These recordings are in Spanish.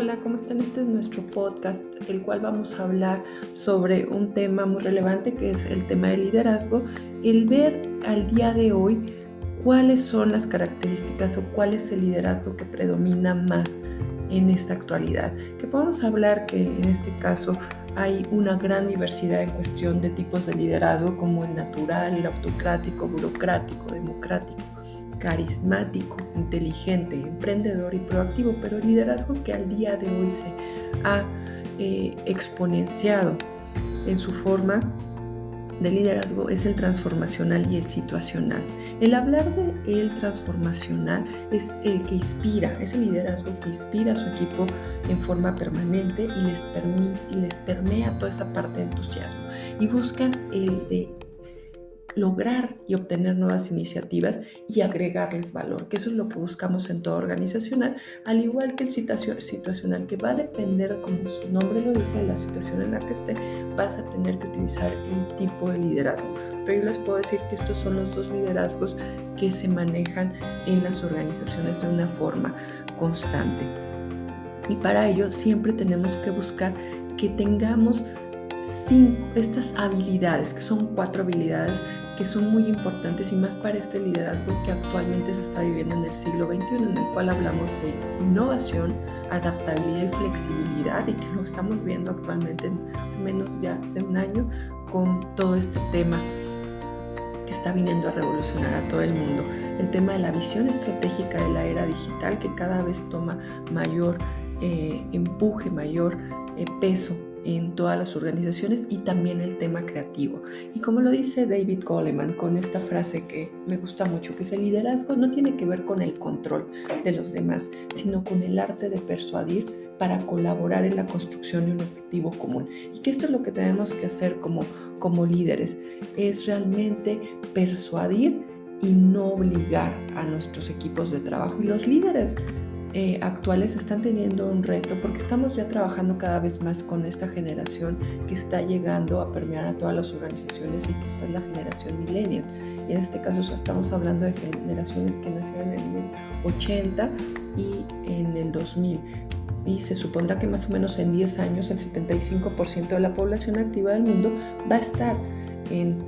Hola, ¿cómo están? Este es nuestro podcast, el cual vamos a hablar sobre un tema muy relevante que es el tema del liderazgo, el ver al día de hoy cuáles son las características o cuál es el liderazgo que predomina más en esta actualidad. Que podemos hablar que en este caso hay una gran diversidad en cuestión de tipos de liderazgo como el natural, el autocrático, burocrático, democrático, carismático, inteligente, emprendedor y proactivo, pero el liderazgo que al día de hoy se ha exponenciado en su forma de liderazgo es el transformacional y el situacional. El hablar de el transformacional es el que inspira, es el liderazgo que inspira a su equipo en forma permanente y les permea toda esa parte de entusiasmo y buscan el de lograr y obtener nuevas iniciativas y agregarles valor, que eso es lo que buscamos en todo organizacional, al igual que el situacional, que va a depender, como su nombre lo dice, de la situación en la que esté, vas a tener que utilizar el tipo de liderazgo. Pero yo les puedo decir que estos son los dos liderazgos que se manejan en las organizaciones de una forma constante. Y para ello siempre tenemos que buscar que tengamos estas habilidades, que son 4 habilidades que son muy importantes y más para este liderazgo que actualmente se está viviendo en el siglo XXI, en el cual hablamos de innovación, adaptabilidad y flexibilidad, y que lo estamos viendo actualmente hace menos ya de un año con todo este tema que está viniendo a revolucionar a todo el mundo. El tema de la visión estratégica de la era digital, que cada vez toma mayor empuje, mayor peso en todas las organizaciones, y también el tema creativo. Y como lo dice David Goleman con esta frase que me gusta mucho, que es: el liderazgo no tiene que ver con el control de los demás, sino con el arte de persuadir para colaborar en la construcción de un objetivo común. Y que esto es lo que tenemos que hacer como líderes, es realmente persuadir y no obligar a nuestros equipos de trabajo. Y los líderes actuales están teniendo un reto porque estamos ya trabajando cada vez más con esta generación que está llegando a permear a todas las organizaciones y que son la generación millennial. Y en este caso estamos hablando de generaciones que nacieron en el 80 y en el 2000. Y se supondrá que más o menos en 10 años el 75% de la población activa del mundo va a estar en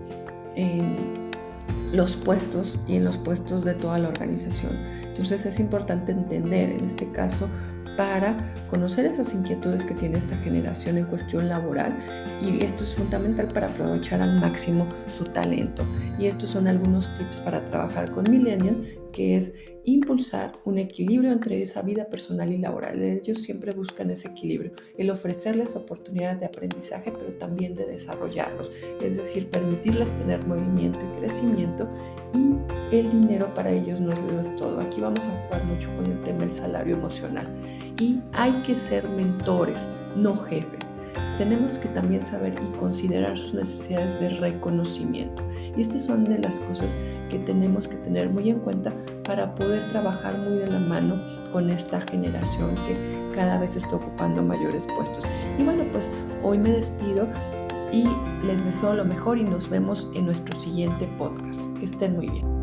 los puestos y en los puestos de toda la organización. Entonces es importante entender en este caso para conocer esas inquietudes que tiene esta generación en cuestión laboral, y esto es fundamental para aprovechar al máximo su talento. Y estos son algunos tips para trabajar con Millennial, que es impulsar un equilibrio entre esa vida personal y laboral. Ellos siempre buscan ese equilibrio, el ofrecerles oportunidades de aprendizaje, pero también de desarrollarlos, es decir, permitirles tener movimiento y crecimiento, y el dinero para ellos no lo es todo. Aquí vamos a jugar mucho con el tema del salario emocional, y hay que ser mentores, no jefes. Tenemos que también saber y considerar sus necesidades de reconocimiento. Y estas son de las cosas que tenemos que tener muy en cuenta para poder trabajar muy de la mano con esta generación que cada vez está ocupando mayores puestos. Y bueno, pues hoy me despido y les deseo lo mejor y nos vemos en nuestro siguiente podcast. Que estén muy bien.